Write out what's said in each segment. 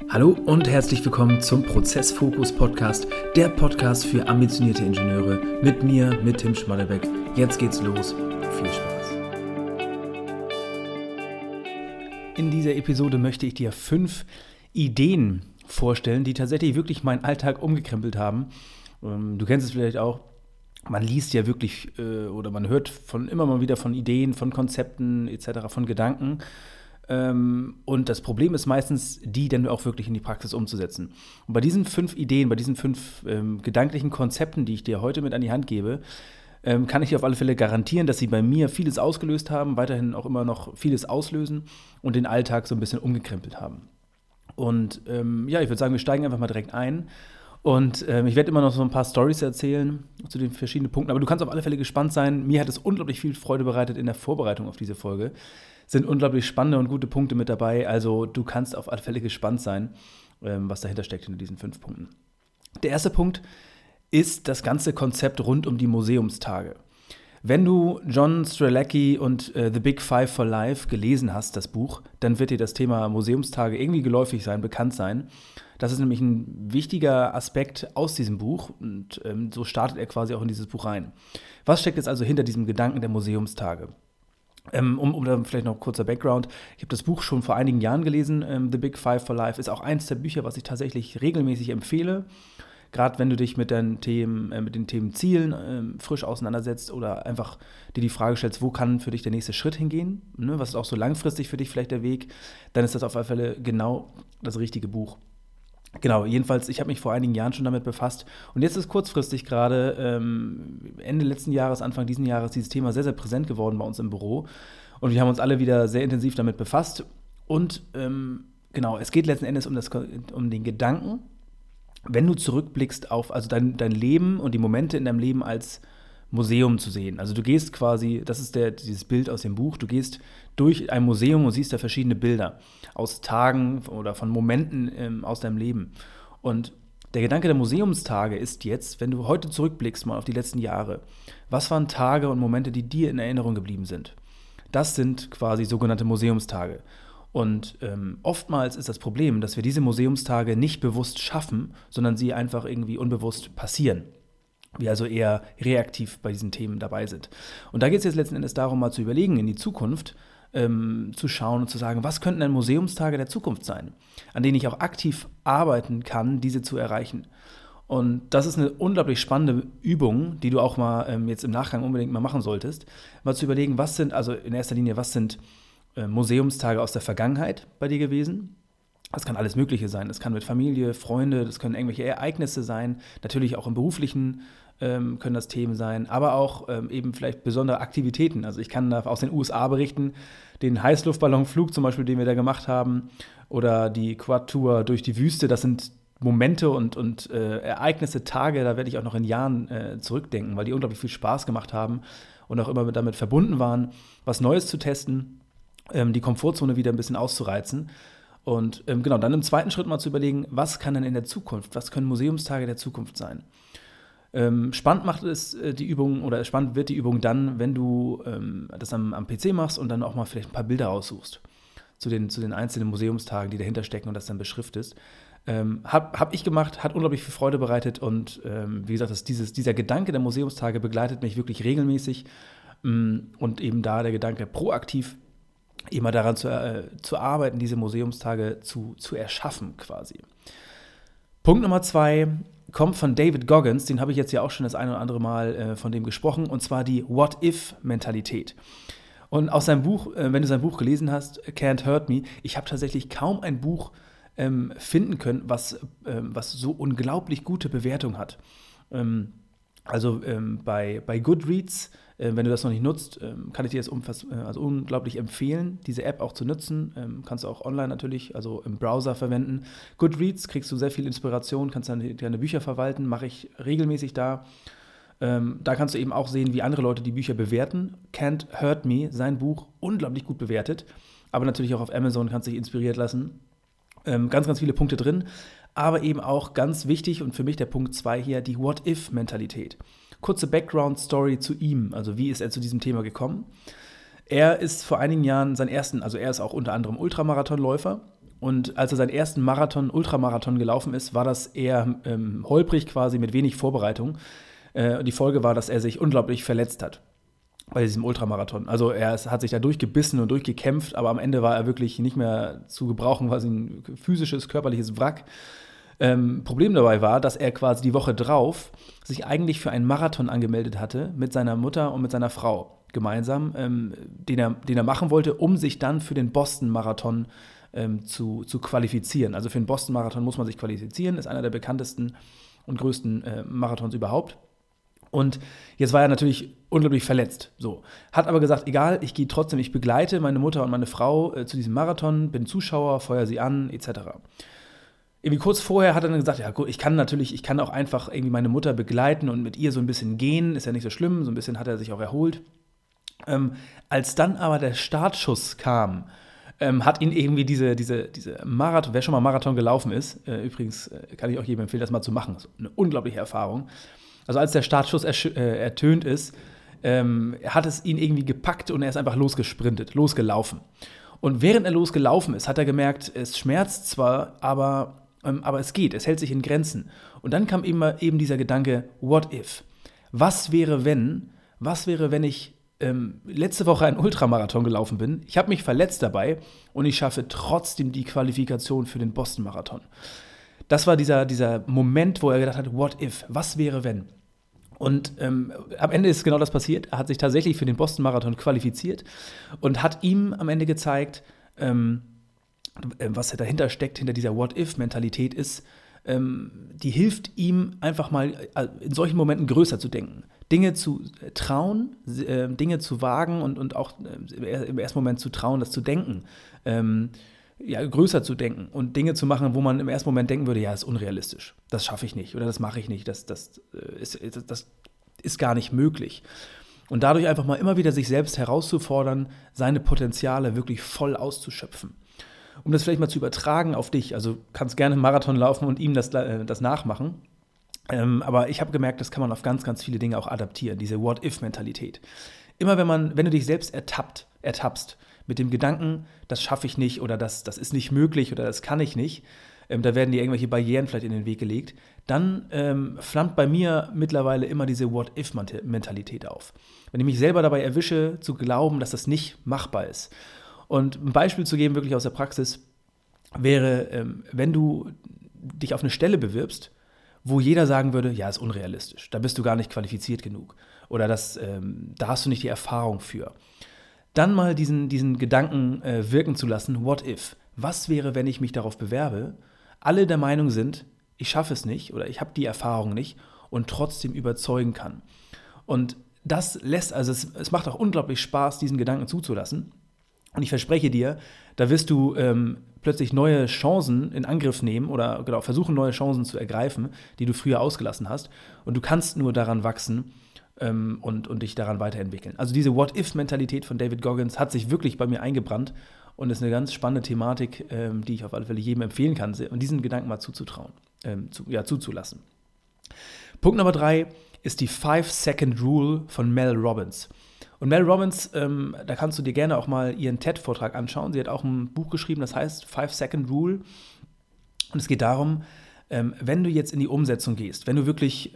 Hallo und herzlich willkommen zum Prozessfokus Podcast, der Podcast für ambitionierte Ingenieure mit mir, mit Tim Schmallebeck. Jetzt geht's los. Viel Spaß. In dieser Episode möchte ich dir 5 Ideen vorstellen, die tatsächlich wirklich meinen Alltag umgekrempelt haben. Du kennst es vielleicht auch. Man liest ja wirklich oder man hört immer mal wieder von Ideen, von Konzepten etc., von Gedanken. Und das Problem ist meistens, die dann auch wirklich in die Praxis umzusetzen. Und bei diesen 5 Ideen, bei diesen 5 gedanklichen Konzepten, die ich dir heute mit an die Hand gebe, kann ich dir auf alle Fälle garantieren, dass sie bei mir vieles ausgelöst haben, weiterhin auch immer noch vieles auslösen und den Alltag so ein bisschen umgekrempelt haben. Und ich würde sagen, wir steigen einfach mal direkt ein. Und ich werde immer noch so ein paar Storys erzählen zu den verschiedenen Punkten, aber du kannst auf alle Fälle gespannt sein. Mir hat es unglaublich viel Freude bereitet in der Vorbereitung auf diese Folge. Sind unglaublich spannende und gute Punkte mit dabei, also du kannst auf alle Fälle gespannt sein, was dahinter steckt hinter diesen 5 Punkten. Der erste Punkt ist das ganze Konzept rund um die Museumstage. Wenn du John Strzelecki und The Big Five for Life gelesen hast, das Buch, dann wird dir das Thema Museumstage irgendwie geläufig sein, bekannt sein. Das ist nämlich ein wichtiger Aspekt aus diesem Buch und so startet er quasi auch in dieses Buch rein. Was steckt jetzt also hinter diesem Gedanken der Museumstage? Um dann vielleicht noch kurzer Background. Ich habe das Buch schon vor einigen Jahren gelesen, The Big Five for Life. Ist auch eins der Bücher, was ich tatsächlich regelmäßig empfehle. Gerade wenn du dich mit den Themen Zielen frisch auseinandersetzt oder einfach dir die Frage stellst, wo kann für dich der nächste Schritt hingehen? Ne? Was ist auch so langfristig für dich vielleicht der Weg? Dann ist das auf alle Fälle genau das richtige Buch. Genau, jedenfalls, ich habe mich vor einigen Jahren schon damit befasst und jetzt ist kurzfristig gerade Ende letzten Jahres, Anfang diesen Jahres dieses Thema sehr, sehr präsent geworden bei uns im Büro und wir haben uns alle wieder sehr intensiv damit befasst und es geht letzten Endes um den Gedanken, wenn du zurückblickst auf dein Leben und die Momente in deinem Leben als Museum zu sehen. Also du gehst quasi, das ist dieses Bild aus dem Buch, du gehst durch ein Museum und siehst da verschiedene Bilder aus Tagen oder von Momenten aus deinem Leben. Und der Gedanke der Museumstage ist jetzt, wenn du heute zurückblickst mal auf die letzten Jahre, was waren Tage und Momente, die dir in Erinnerung geblieben sind? Das sind quasi sogenannte Museumstage. Und oftmals ist das Problem, dass wir diese Museumstage nicht bewusst schaffen, sondern sie einfach irgendwie unbewusst passieren. Wir also eher reaktiv bei diesen Themen dabei sind. Und da geht es jetzt letzten Endes darum, mal zu überlegen, in die Zukunft zu schauen und zu sagen, was könnten denn Museumstage der Zukunft sein, an denen ich auch aktiv arbeiten kann, diese zu erreichen. Und das ist eine unglaublich spannende Übung, die du auch mal jetzt im Nachgang unbedingt mal machen solltest, mal zu überlegen, was sind Museumstage aus der Vergangenheit bei dir gewesen. Das kann alles Mögliche sein. Das kann mit Familie, Freunde, das können irgendwelche Ereignisse sein. Natürlich auch im Beruflichen können das Themen sein, aber auch eben vielleicht besondere Aktivitäten. Also ich kann da aus den USA berichten, den Heißluftballonflug zum Beispiel, den wir da gemacht haben, oder die Quad-Tour durch die Wüste. Das sind Momente und Ereignisse, Tage, da werde ich auch noch in Jahren zurückdenken, weil die unglaublich viel Spaß gemacht haben und auch immer damit verbunden waren, was Neues zu testen, die Komfortzone wieder ein bisschen auszureizen. Und dann im zweiten Schritt mal zu überlegen, was kann denn in der Zukunft, was können Museumstage der Zukunft sein? Spannend wird die Übung dann, wenn du das am PC machst und dann auch mal vielleicht ein paar Bilder raussuchst zu den einzelnen Museumstagen, die dahinter stecken und das dann beschriftest. Hab ich gemacht, hat unglaublich viel Freude bereitet und wie gesagt, dieser Gedanke der Museumstage begleitet mich wirklich regelmäßig und eben da der Gedanke proaktiv immer daran zu arbeiten, diese Museumstage zu erschaffen quasi. Punkt Nummer 2 kommt von David Goggins, den habe ich jetzt ja auch schon das eine oder andere Mal von dem gesprochen, und zwar die What-If-Mentalität. Und aus seinem Buch, wenn du sein Buch gelesen hast, Can't Hurt Me, ich habe tatsächlich kaum ein Buch finden können, was so unglaublich gute Bewertung hat. Bei Goodreads, wenn du das noch nicht nutzt, kann ich dir das unglaublich empfehlen, diese App auch zu nutzen. Kannst du auch online natürlich, also im Browser verwenden. Goodreads kriegst du sehr viel Inspiration, kannst dann deine Bücher verwalten, mache ich regelmäßig da. Da kannst du eben auch sehen, wie andere Leute die Bücher bewerten. Can't Hurt Me, sein Buch, unglaublich gut bewertet. Aber natürlich auch auf Amazon kannst du dich inspiriert lassen. Ganz, ganz viele Punkte drin. Aber eben auch ganz wichtig und für mich der Punkt 2 hier, die What-If-Mentalität. Kurze Background-Story zu ihm, also wie ist er zu diesem Thema gekommen? Er ist vor einigen Jahren er ist auch unter anderem Ultramarathonläufer Und als er seinen ersten Ultramarathon gelaufen ist, war das eher holprig quasi, mit wenig Vorbereitung. Die Folge war, dass er sich unglaublich verletzt hat bei diesem Ultramarathon. Also er hat sich da durchgebissen und durchgekämpft, aber am Ende war er wirklich nicht mehr zu gebrauchen, quasi ein physisches, körperliches Wrack. Problem dabei war, dass er quasi die Woche drauf sich eigentlich für einen Marathon angemeldet hatte mit seiner Mutter und mit seiner Frau gemeinsam, den er machen wollte, um sich dann für den Boston-Marathon zu qualifizieren. Also für den Boston-Marathon muss man sich qualifizieren, ist einer der bekanntesten und größten Marathons überhaupt. Und jetzt war er natürlich unglaublich verletzt. So. Hat aber gesagt, egal, ich gehe trotzdem, ich begleite meine Mutter und meine Frau zu diesem Marathon, bin Zuschauer, feuer sie an, etc. Irgendwie kurz vorher hat er dann gesagt, ja gut, ich kann auch einfach irgendwie meine Mutter begleiten und mit ihr so ein bisschen gehen, ist ja nicht so schlimm, so ein bisschen hat er sich auch erholt. Als dann aber der Startschuss kam, hat ihn irgendwie diese Marathon, wer schon mal Marathon gelaufen ist, übrigens kann ich auch jedem empfehlen, das mal zu machen, so eine unglaubliche Erfahrung. Also als der Startschuss ertönt ist, hat es ihn irgendwie gepackt und er ist einfach losgelaufen. Und während er losgelaufen ist, hat er gemerkt, es schmerzt zwar, aber es geht, es hält sich in Grenzen. Und dann kam eben dieser Gedanke, what if? Was wäre, wenn ich letzte Woche einen Ultramarathon gelaufen bin, ich habe mich verletzt dabei und ich schaffe trotzdem die Qualifikation für den Boston-Marathon. Das war dieser Moment, wo er gedacht hat, what if? Was wäre, wenn? Und am Ende ist genau das passiert. Er hat sich tatsächlich für den Boston-Marathon qualifiziert und hat ihm am Ende gezeigt, was dahinter steckt, hinter dieser What-If-Mentalität ist, die hilft ihm einfach mal in solchen Momenten größer zu denken. Dinge zu trauen, Dinge zu wagen und auch im ersten Moment zu trauen, das zu denken. Größer zu denken und Dinge zu machen, wo man im ersten Moment denken würde, ja, das ist unrealistisch, das schaffe ich nicht oder das mache ich nicht, das ist gar nicht möglich. Und dadurch einfach mal immer wieder sich selbst herauszufordern, seine Potenziale wirklich voll auszuschöpfen. Um das vielleicht mal zu übertragen auf dich, also kannst gerne einen Marathon laufen und ihm das nachmachen, aber ich habe gemerkt, das kann man auf ganz, ganz viele Dinge auch adaptieren, diese What-If-Mentalität. Immer wenn du dich selbst ertappst, mit dem Gedanken, das schaffe ich nicht oder das ist nicht möglich oder das kann ich nicht, da werden dir irgendwelche Barrieren vielleicht in den Weg gelegt, dann flammt bei mir mittlerweile immer diese What-If-Mentalität auf. Wenn ich mich selber dabei erwische, zu glauben, dass das nicht machbar ist. Und ein Beispiel zu geben, wirklich aus der Praxis, wäre, wenn du dich auf eine Stelle bewirbst, wo jeder sagen würde, ja, ist unrealistisch, da bist du gar nicht qualifiziert genug oder da hast du nicht die Erfahrung für. Dann mal diesen Gedanken wirken zu lassen, what if? Was wäre, wenn ich mich darauf bewerbe? Alle der Meinung sind, ich schaffe es nicht oder ich habe die Erfahrung nicht und trotzdem überzeugen kann. Und das es macht auch unglaublich Spaß, diesen Gedanken zuzulassen. Und ich verspreche dir, da wirst du plötzlich neue Chancen in Angriff nehmen oder genau, versuchen, neue Chancen zu ergreifen, die du früher ausgelassen hast. Und du kannst nur daran wachsen und dich daran weiterentwickeln. Also diese What-If-Mentalität von David Goggins hat sich wirklich bei mir eingebrannt und ist eine ganz spannende Thematik, die ich auf alle Fälle jedem empfehlen kann, und diesen Gedanken mal zuzulassen. Punkt Nummer 3 ist die 5-Second-Rule von Mel Robbins. Und Mel Robbins, da kannst du dir gerne auch mal ihren TED-Vortrag anschauen. Sie hat auch ein Buch geschrieben, das heißt 5-Second-Rule. Und es geht darum, wenn du jetzt in die Umsetzung gehst, wenn du wirklich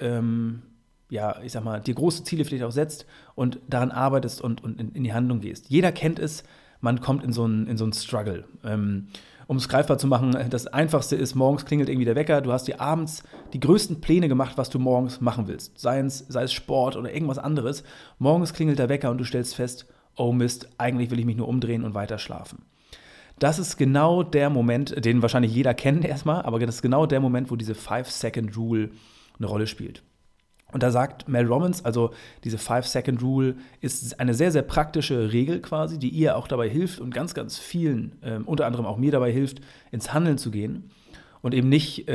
dir große Ziele vielleicht auch setzt und daran arbeitest und in die Handlung gehst. Jeder kennt es, man kommt in so einen Struggle. Um es greifbar zu machen, das Einfachste ist, morgens klingelt irgendwie der Wecker, du hast dir abends die größten Pläne gemacht, was du morgens machen willst. Sei es Sport oder irgendwas anderes. Morgens klingelt der Wecker und du stellst fest, oh Mist, eigentlich will ich mich nur umdrehen und weiter schlafen. Das ist genau der Moment, den wahrscheinlich jeder kennt erstmal, aber das ist genau der Moment, wo diese 5-Second-Rule eine Rolle spielt. Und da sagt Mel Robbins, also diese 5-Second-Rule ist eine sehr, sehr praktische Regel quasi, die ihr auch dabei hilft und ganz, ganz vielen, unter anderem auch mir dabei hilft, ins Handeln zu gehen und eben nicht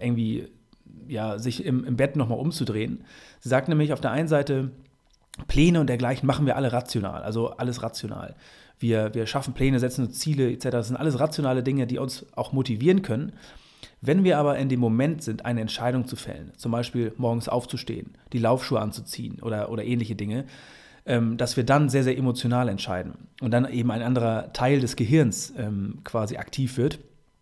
sich im Bett nochmal umzudrehen. Sie sagt nämlich auf der einen Seite, Pläne und dergleichen machen wir alle rational, also alles rational. Wir schaffen Pläne, setzen uns Ziele etc. Das sind alles rationale Dinge, die uns auch motivieren können. Wenn wir aber in dem Moment sind, eine Entscheidung zu fällen, zum Beispiel morgens aufzustehen, die Laufschuhe anzuziehen oder ähnliche Dinge, dass wir dann sehr, sehr emotional entscheiden und dann eben ein anderer Teil des Gehirns quasi aktiv wird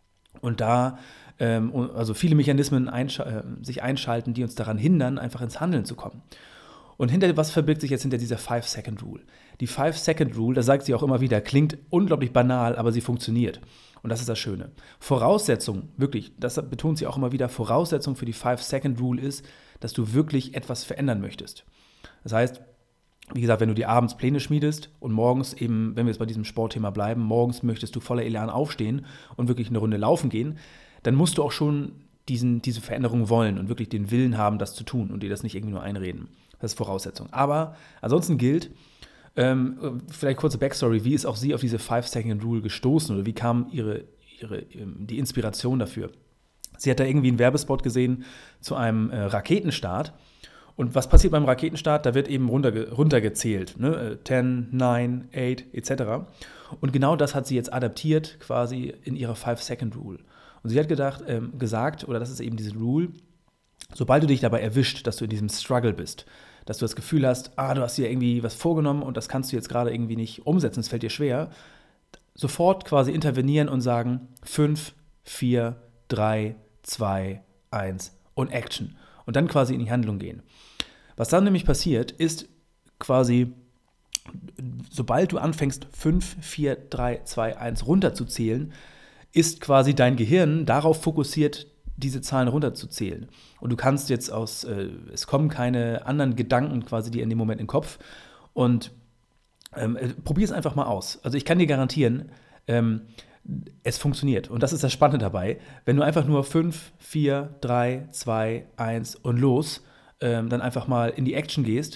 Und da also viele Mechanismen sich einschalten, die uns daran hindern, einfach ins Handeln zu kommen. Und was verbirgt sich jetzt hinter dieser 5-Second-Rule? Die 5-Second-Rule, das sagt sie auch immer wieder, klingt unglaublich banal, aber sie funktioniert. Und das ist das Schöne. Voraussetzung, wirklich, das betont sie auch immer wieder, Voraussetzung für die 5-Second-Rule ist, dass du wirklich etwas verändern möchtest. Das heißt, wie gesagt, wenn du dir abends Pläne schmiedest und morgens eben, wenn wir jetzt bei diesem Sportthema bleiben, morgens möchtest du voller Elan aufstehen und wirklich eine Runde laufen gehen, dann musst du auch schon diese Veränderung wollen und wirklich den Willen haben, das zu tun und dir das nicht irgendwie nur einreden. Das ist Voraussetzung. Aber ansonsten gilt, vielleicht kurze Backstory, wie ist auch sie auf diese 5-Second-Rule gestoßen oder wie kam die Inspiration dafür? Sie hat da irgendwie einen Werbespot gesehen zu einem Raketenstart. Und was passiert beim Raketenstart? Da wird eben runtergezählt, ne? 10, 9, 8 etc. Und genau das hat sie jetzt adaptiert quasi in ihrer 5-Second-Rule. Und sie hat gesagt, oder das ist eben diese Rule, sobald du dich dabei erwischt, dass du in diesem Struggle bist, dass du das Gefühl hast, du hast dir irgendwie was vorgenommen und das kannst du jetzt gerade irgendwie nicht umsetzen, es fällt dir schwer, sofort quasi intervenieren und sagen 5, 4, 3, 2, 1 und Action. Und dann quasi in die Handlung gehen. Was dann nämlich passiert, ist quasi, sobald du anfängst 5, 4, 3, 2, 1 runterzuzählen, ist quasi dein Gehirn darauf fokussiert, diese Zahlen runterzuzählen. Und du kannst jetzt es kommen keine anderen Gedanken quasi dir in dem Moment in den Kopf. Und probier es einfach mal aus. Also ich kann dir garantieren, es funktioniert. Und das ist das Spannende dabei. Wenn du einfach nur 5, 4, 3, 2, 1 und los, dann einfach mal in die Action gehst,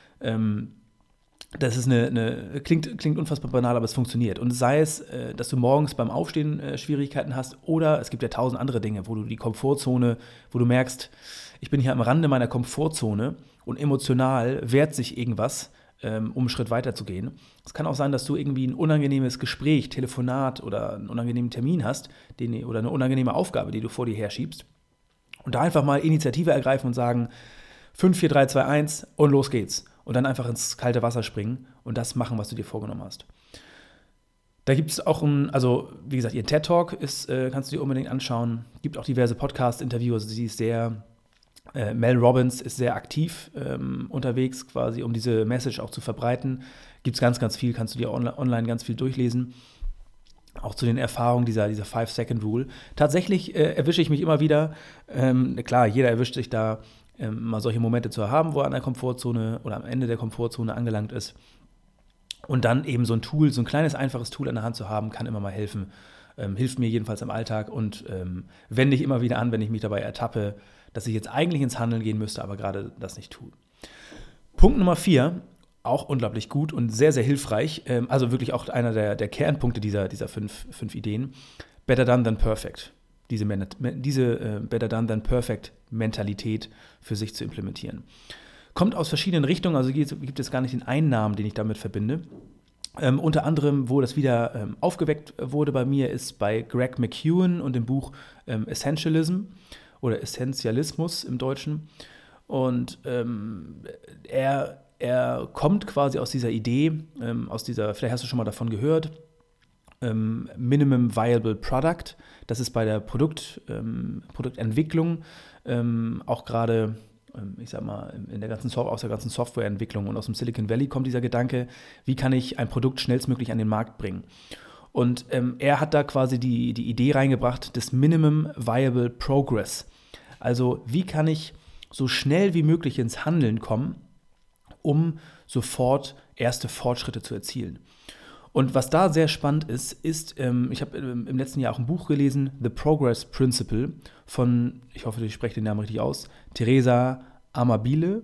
das ist klingt unfassbar banal, aber es funktioniert. Und sei es, dass du morgens beim Aufstehen Schwierigkeiten hast oder es gibt ja 1000 andere Dinge, wo du die Komfortzone, wo du merkst, ich bin hier am Rande meiner Komfortzone und emotional wehrt sich irgendwas, um einen Schritt weiter zu gehen. Es kann auch sein, dass du irgendwie ein unangenehmes Gespräch, Telefonat oder einen unangenehmen Termin hast oder eine unangenehme Aufgabe, die du vor dir herschiebst. Und da einfach mal Initiative ergreifen und sagen, 5, 4, 3, 2, 1 und los geht's. Und dann einfach ins kalte Wasser springen und das machen, was du dir vorgenommen hast. Da gibt es auch wie gesagt, ihren TED-Talk kannst du dir unbedingt anschauen. Gibt auch diverse Podcast-Interviews. Also sie ist Mel Robbins ist sehr aktiv unterwegs, quasi, um diese Message auch zu verbreiten. Gibt es ganz, ganz viel, kannst du dir online ganz viel durchlesen. Auch zu den Erfahrungen dieser 5-Second-Rule. Tatsächlich erwische ich mich immer wieder, klar, jeder erwischt sich da, mal solche Momente zu haben, wo er an der Komfortzone oder am Ende der Komfortzone angelangt ist. Und dann eben so ein kleines, einfaches Tool an der Hand zu haben, kann immer mal helfen. Hilft mir jedenfalls im Alltag und wende ich immer wieder an, wenn ich mich dabei ertappe, dass ich jetzt eigentlich ins Handeln gehen müsste, aber gerade das nicht tue. Punkt Nummer 4, auch unglaublich gut und sehr, sehr hilfreich, also wirklich auch einer der Kernpunkte dieser 5 Ideen, Better Done Than Perfect. Diese Better Done Than Perfect Mentalität für sich zu implementieren. Kommt aus verschiedenen Richtungen, also gibt es gar nicht den einen Namen, den ich damit verbinde. Unter anderem, wo das wieder aufgeweckt wurde bei mir, ist bei Greg McKeown und dem Buch Essentialism oder Essentialismus im Deutschen. Und er kommt quasi aus dieser Idee, vielleicht hast du schon mal davon gehört, Minimum Viable Product. Das ist bei der Produktentwicklung auch gerade, ich sag mal, aus der ganzen Softwareentwicklung und aus dem Silicon Valley kommt dieser Gedanke, wie kann ich ein Produkt schnellstmöglich an den Markt bringen? Und er hat da quasi die Idee reingebracht des Minimum Viable Progress. Also wie kann ich so schnell wie möglich ins Handeln kommen, um sofort erste Fortschritte zu erzielen. Und was da sehr spannend ist, ich habe im letzten Jahr auch ein Buch gelesen, The Progress Principle von, ich hoffe, ich spreche den Namen richtig aus, Teresa Amabile,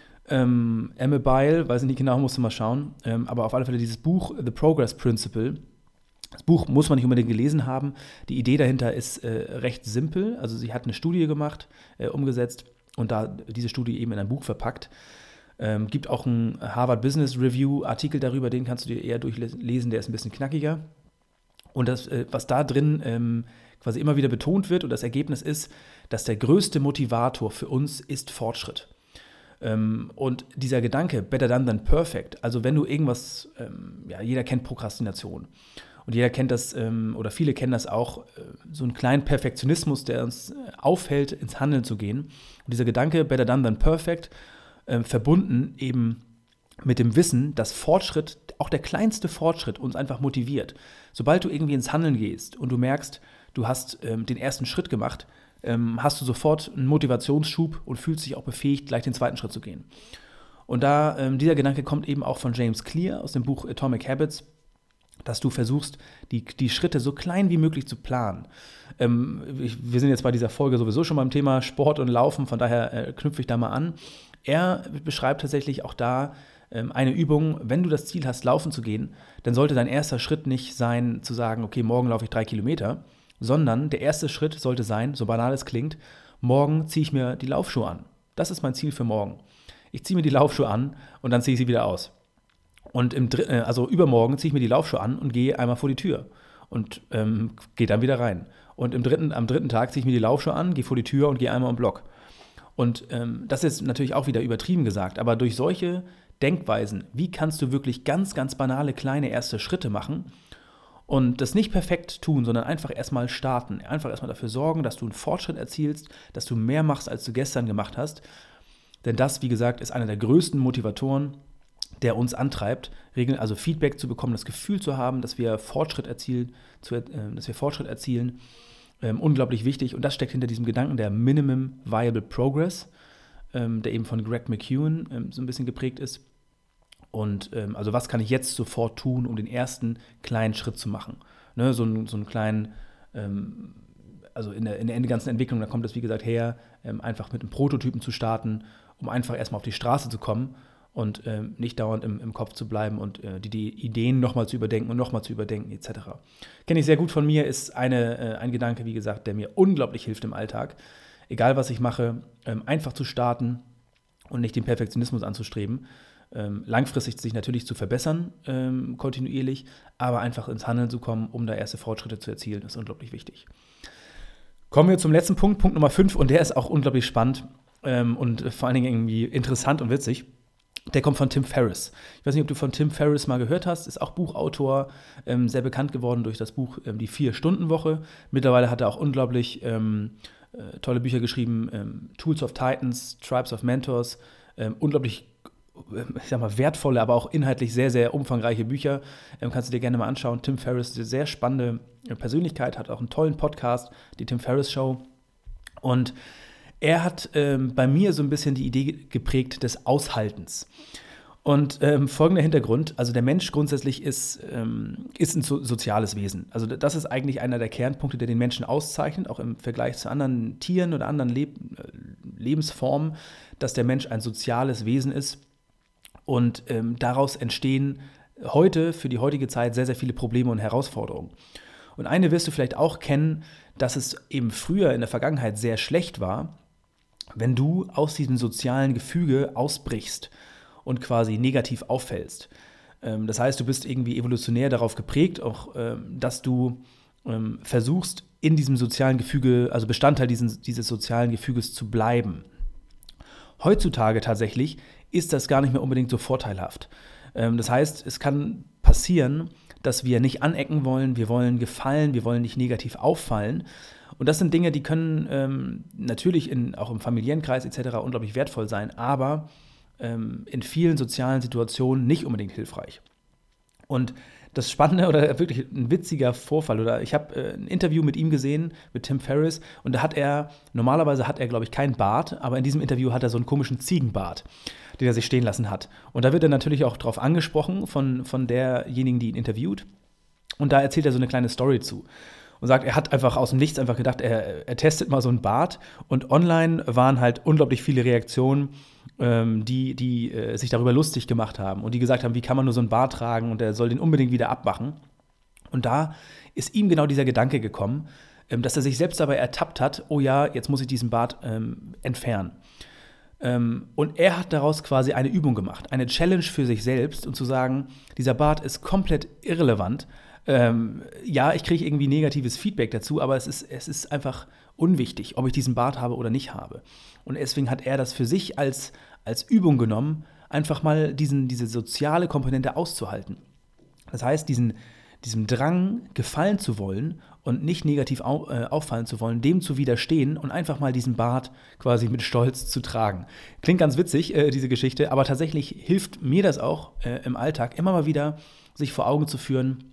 weiß ich nicht genau, musste mal schauen, aber auf alle Fälle dieses Buch, The Progress Principle. Das Buch muss man nicht unbedingt gelesen haben. Die Idee dahinter ist recht simpel. Also sie hat eine Studie gemacht, umgesetzt und da diese Studie eben in ein Buch verpackt. Gibt auch einen Harvard Business Review Artikel darüber, den kannst du dir eher durchlesen, der ist ein bisschen knackiger. Und das, was da drin quasi immer wieder betont wird und das Ergebnis ist, dass der größte Motivator für uns ist Fortschritt. Und dieser Gedanke, better done than perfect, also wenn du irgendwas, jeder kennt Prokrastination. Und jeder kennt das, oder viele kennen das auch, so einen kleinen Perfektionismus, der uns aufhält, ins Handeln zu gehen. Und dieser Gedanke, better done than perfect, verbunden eben mit dem Wissen, dass Fortschritt, auch der kleinste Fortschritt, uns einfach motiviert. Sobald du irgendwie ins Handeln gehst und du merkst, du hast den ersten Schritt gemacht, hast du sofort einen Motivationsschub und fühlst dich auch befähigt, gleich den zweiten Schritt zu gehen. Und dieser Gedanke kommt eben auch von James Clear aus dem Buch Atomic Habits, dass du versuchst, die Schritte so klein wie möglich zu planen. Wir sind jetzt bei dieser Folge sowieso schon beim Thema Sport und Laufen, von daher knüpfe ich da mal an. Er beschreibt tatsächlich auch da eine Übung, wenn du das Ziel hast, laufen zu gehen, dann sollte dein erster Schritt nicht sein, zu sagen, okay, morgen laufe ich 3 Kilometer, sondern der erste Schritt sollte sein, so banal es klingt, morgen ziehe ich mir die Laufschuhe an. Das ist mein Ziel für morgen. Ich ziehe mir die Laufschuhe an und dann ziehe ich sie wieder aus. Und also übermorgen ziehe ich mir die Laufschuhe an und gehe einmal vor die Tür und gehe dann wieder rein. Und am dritten Tag ziehe ich mir die Laufschuhe an, gehe vor die Tür und gehe einmal im Block. Und das ist natürlich auch wieder übertrieben gesagt, aber durch solche Denkweisen, wie kannst du wirklich ganz, ganz banale kleine erste Schritte machen und das nicht perfekt tun, sondern einfach erstmal starten, einfach erstmal dafür sorgen, dass du einen Fortschritt erzielst, dass du mehr machst, als du gestern gemacht hast. Denn das, wie gesagt, ist einer der größten Motivatoren, der uns antreibt, also Feedback zu bekommen, das Gefühl zu haben, dass wir Fortschritt erzielen, unglaublich wichtig. Und das steckt hinter diesem Gedanken der Minimum Viable Progress, der eben von Greg McKeown so ein bisschen geprägt ist. Und also was kann ich jetzt sofort tun, um den ersten kleinen Schritt zu machen? Ne, so einen kleinen, also in der ganzen Entwicklung, da kommt es wie gesagt her, einfach mit einem Prototypen zu starten, um einfach erstmal auf die Straße zu kommen und nicht dauernd im Kopf zu bleiben und die Ideen nochmal zu überdenken etc. Kenne ich sehr gut von mir, ist ein Gedanke, wie gesagt, der mir unglaublich hilft im Alltag. Egal, was ich mache, einfach zu starten und nicht den Perfektionismus anzustreben. Langfristig sich natürlich zu verbessern, kontinuierlich, aber einfach ins Handeln zu kommen, um da erste Fortschritte zu erzielen, ist unglaublich wichtig. Kommen wir zum letzten Punkt, Punkt Nummer 5, und der ist auch unglaublich spannend und vor allen Dingen irgendwie interessant und witzig. Der kommt von Tim Ferriss. Ich weiß nicht, ob du von Tim Ferriss mal gehört hast, ist auch Buchautor, sehr bekannt geworden durch das Buch Die 4-Stunden-Woche. Mittlerweile hat er auch unglaublich tolle Bücher geschrieben, Tools of Titans, Tribes of Mentors, unglaublich, ich sag mal, wertvolle, aber auch inhaltlich sehr, sehr umfangreiche Bücher. Kannst du dir gerne mal anschauen. Tim Ferriss, eine sehr spannende Persönlichkeit, hat auch einen tollen Podcast, die Tim Ferriss Show. Und er hat bei mir so ein bisschen die Idee geprägt des Aushaltens. Und folgender Hintergrund, also der Mensch grundsätzlich ist ein soziales Wesen. Also das ist eigentlich einer der Kernpunkte, der den Menschen auszeichnet, auch im Vergleich zu anderen Tieren oder anderen Lebensformen, dass der Mensch ein soziales Wesen ist. Und daraus entstehen heute, für die heutige Zeit, sehr, sehr viele Probleme und Herausforderungen. Und eine wirst du vielleicht auch kennen, dass es eben früher in der Vergangenheit sehr schlecht war, wenn du aus diesem sozialen Gefüge ausbrichst und quasi negativ auffällst. Das heißt, du bist irgendwie evolutionär darauf geprägt, auch dass du versuchst, in diesem sozialen Gefüge, also Bestandteil dieses sozialen Gefüges zu bleiben. Heutzutage tatsächlich ist das gar nicht mehr unbedingt so vorteilhaft. Das heißt, es kann passieren, dass wir nicht anecken wollen, wir wollen gefallen, wir wollen nicht negativ auffallen. Und das sind Dinge, die können natürlich auch im familiären Kreis etc. unglaublich wertvoll sein, aber in vielen sozialen Situationen nicht unbedingt hilfreich. Und das Spannende oder wirklich ein witziger Vorfall, oder ich habe ein Interview mit ihm gesehen, mit Tim Ferriss, und da normalerweise hat er, glaube ich, keinen Bart, aber in diesem Interview hat er so einen komischen Ziegenbart, den er sich stehen lassen hat. Und da wird er natürlich auch drauf angesprochen von derjenigen, die ihn interviewt. Und da erzählt er so eine kleine Story zu. Und sagt, er hat einfach aus dem Nichts einfach gedacht, er testet mal so einen Bart. Und online waren halt unglaublich viele Reaktionen, die sich darüber lustig gemacht haben und die gesagt haben, wie kann man nur so einen Bart tragen und er soll den unbedingt wieder abmachen. Und da ist ihm genau dieser Gedanke gekommen, dass er sich selbst dabei ertappt hat, oh ja, jetzt muss ich diesen Bart entfernen. Und er hat daraus quasi eine Übung gemacht, eine Challenge für sich selbst und zu sagen, dieser Bart ist komplett irrelevant. Ja, ich kriege irgendwie negatives Feedback dazu, aber es ist einfach unwichtig, ob ich diesen Bart habe oder nicht habe. Und deswegen hat er das für sich als Übung genommen, einfach mal diese soziale Komponente auszuhalten. Das heißt, diesem Drang, gefallen zu wollen und nicht negativ auffallen zu wollen, dem zu widerstehen und einfach mal diesen Bart quasi mit Stolz zu tragen. Klingt ganz witzig, diese Geschichte, aber tatsächlich hilft mir das auch im Alltag, immer mal wieder sich vor Augen zu führen,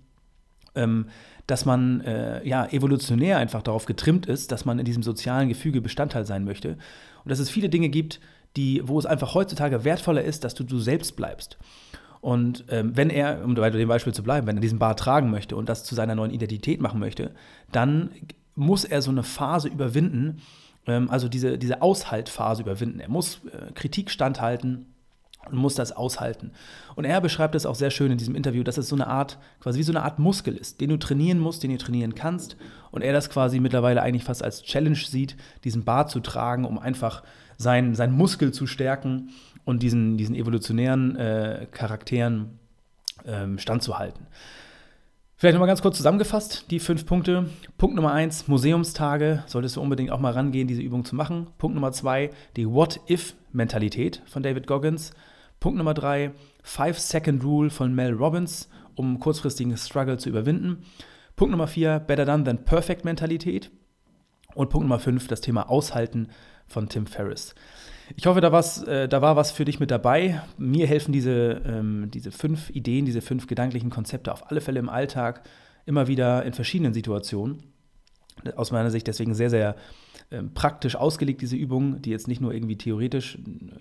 dass man evolutionär einfach darauf getrimmt ist, dass man in diesem sozialen Gefüge Bestandteil sein möchte und dass es viele Dinge gibt, wo es einfach heutzutage wertvoller ist, dass du selbst bleibst. Und wenn er, um bei dem Beispiel zu bleiben, wenn er diesen Bart tragen möchte und das zu seiner neuen Identität machen möchte, dann muss er so eine Phase überwinden, also diese Aushaltphase überwinden. Er muss Kritik standhalten und muss das aushalten. Und er beschreibt es auch sehr schön in diesem Interview, dass es so eine Art, quasi wie so eine Art Muskel ist, den du trainieren musst, den du trainieren kannst. Und er das quasi mittlerweile eigentlich fast als Challenge sieht, diesen Bart zu tragen, um einfach seinen Muskel zu stärken und diesen evolutionären Charakteren standzuhalten. Vielleicht nochmal ganz kurz zusammengefasst, die 5 Punkte. Punkt Nummer 1, Museumstage, solltest du unbedingt auch mal rangehen, diese Übung zu machen. Punkt Nummer 2, die What-If-Mentalität von David Goggins. Punkt Nummer 3, 5-Second-Rule von Mel Robbins, um kurzfristigen Struggle zu überwinden. Punkt Nummer 4, Better Done Than Perfect-Mentalität. Und Punkt Nummer 5, das Thema Aushalten von Tim Ferriss. Ich hoffe, da war was für dich mit dabei. Mir helfen diese 5 Ideen, diese 5 gedanklichen Konzepte auf alle Fälle im Alltag, immer wieder in verschiedenen Situationen. Aus meiner Sicht deswegen sehr, sehr praktisch ausgelegt, diese Übungen, die jetzt nicht nur irgendwie theoretisch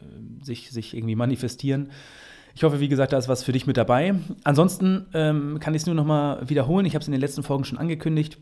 sich irgendwie manifestieren. Ich hoffe, wie gesagt, da ist was für dich mit dabei. Ansonsten kann ich es nur noch mal wiederholen. Ich habe es in den letzten Folgen schon angekündigt.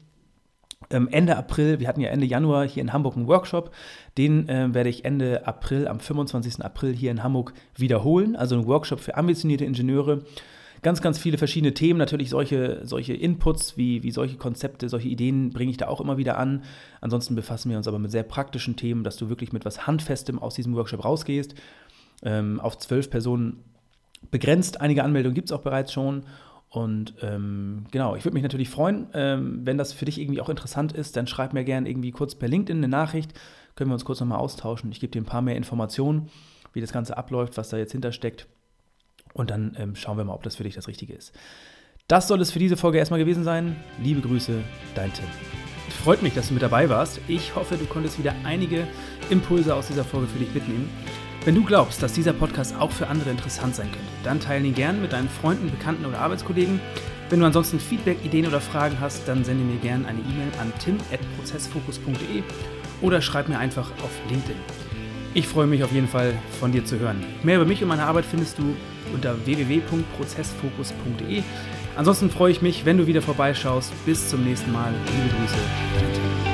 Ende April, wir hatten ja Ende Januar hier in Hamburg einen Workshop, den werde ich Ende April, am 25. April hier in Hamburg wiederholen, also ein Workshop für ambitionierte Ingenieure. Ganz, ganz viele verschiedene Themen, natürlich solche Inputs, wie solche Konzepte, solche Ideen bringe ich da auch immer wieder an. Ansonsten befassen wir uns aber mit sehr praktischen Themen, dass du wirklich mit was Handfestem aus diesem Workshop rausgehst. Auf 12 Personen begrenzt, einige Anmeldungen gibt es auch bereits schon. Und genau, ich würde mich natürlich freuen, wenn das für dich irgendwie auch interessant ist, dann schreib mir gerne irgendwie kurz per LinkedIn eine Nachricht, können wir uns kurz nochmal austauschen. Ich gebe dir ein paar mehr Informationen, wie das Ganze abläuft, was da jetzt hintersteckt und dann schauen wir mal, ob das für dich das Richtige ist. Das soll es für diese Folge erstmal gewesen sein. Liebe Grüße, dein Tim. Freut mich, dass du mit dabei warst. Ich hoffe, du konntest wieder einige Impulse aus dieser Folge für dich mitnehmen. Wenn du glaubst, dass dieser Podcast auch für andere interessant sein könnte, dann teile ihn gerne mit deinen Freunden, Bekannten oder Arbeitskollegen. Wenn du ansonsten Feedback, Ideen oder Fragen hast, dann sende mir gerne eine E-Mail an tim@prozessfokus.de oder schreib mir einfach auf LinkedIn. Ich freue mich auf jeden Fall, von dir zu hören. Mehr über mich und meine Arbeit findest du unter www.prozessfokus.de. Ansonsten freue ich mich, wenn du wieder vorbeischaust. Bis zum nächsten Mal. Liebe Grüße, dein Tim.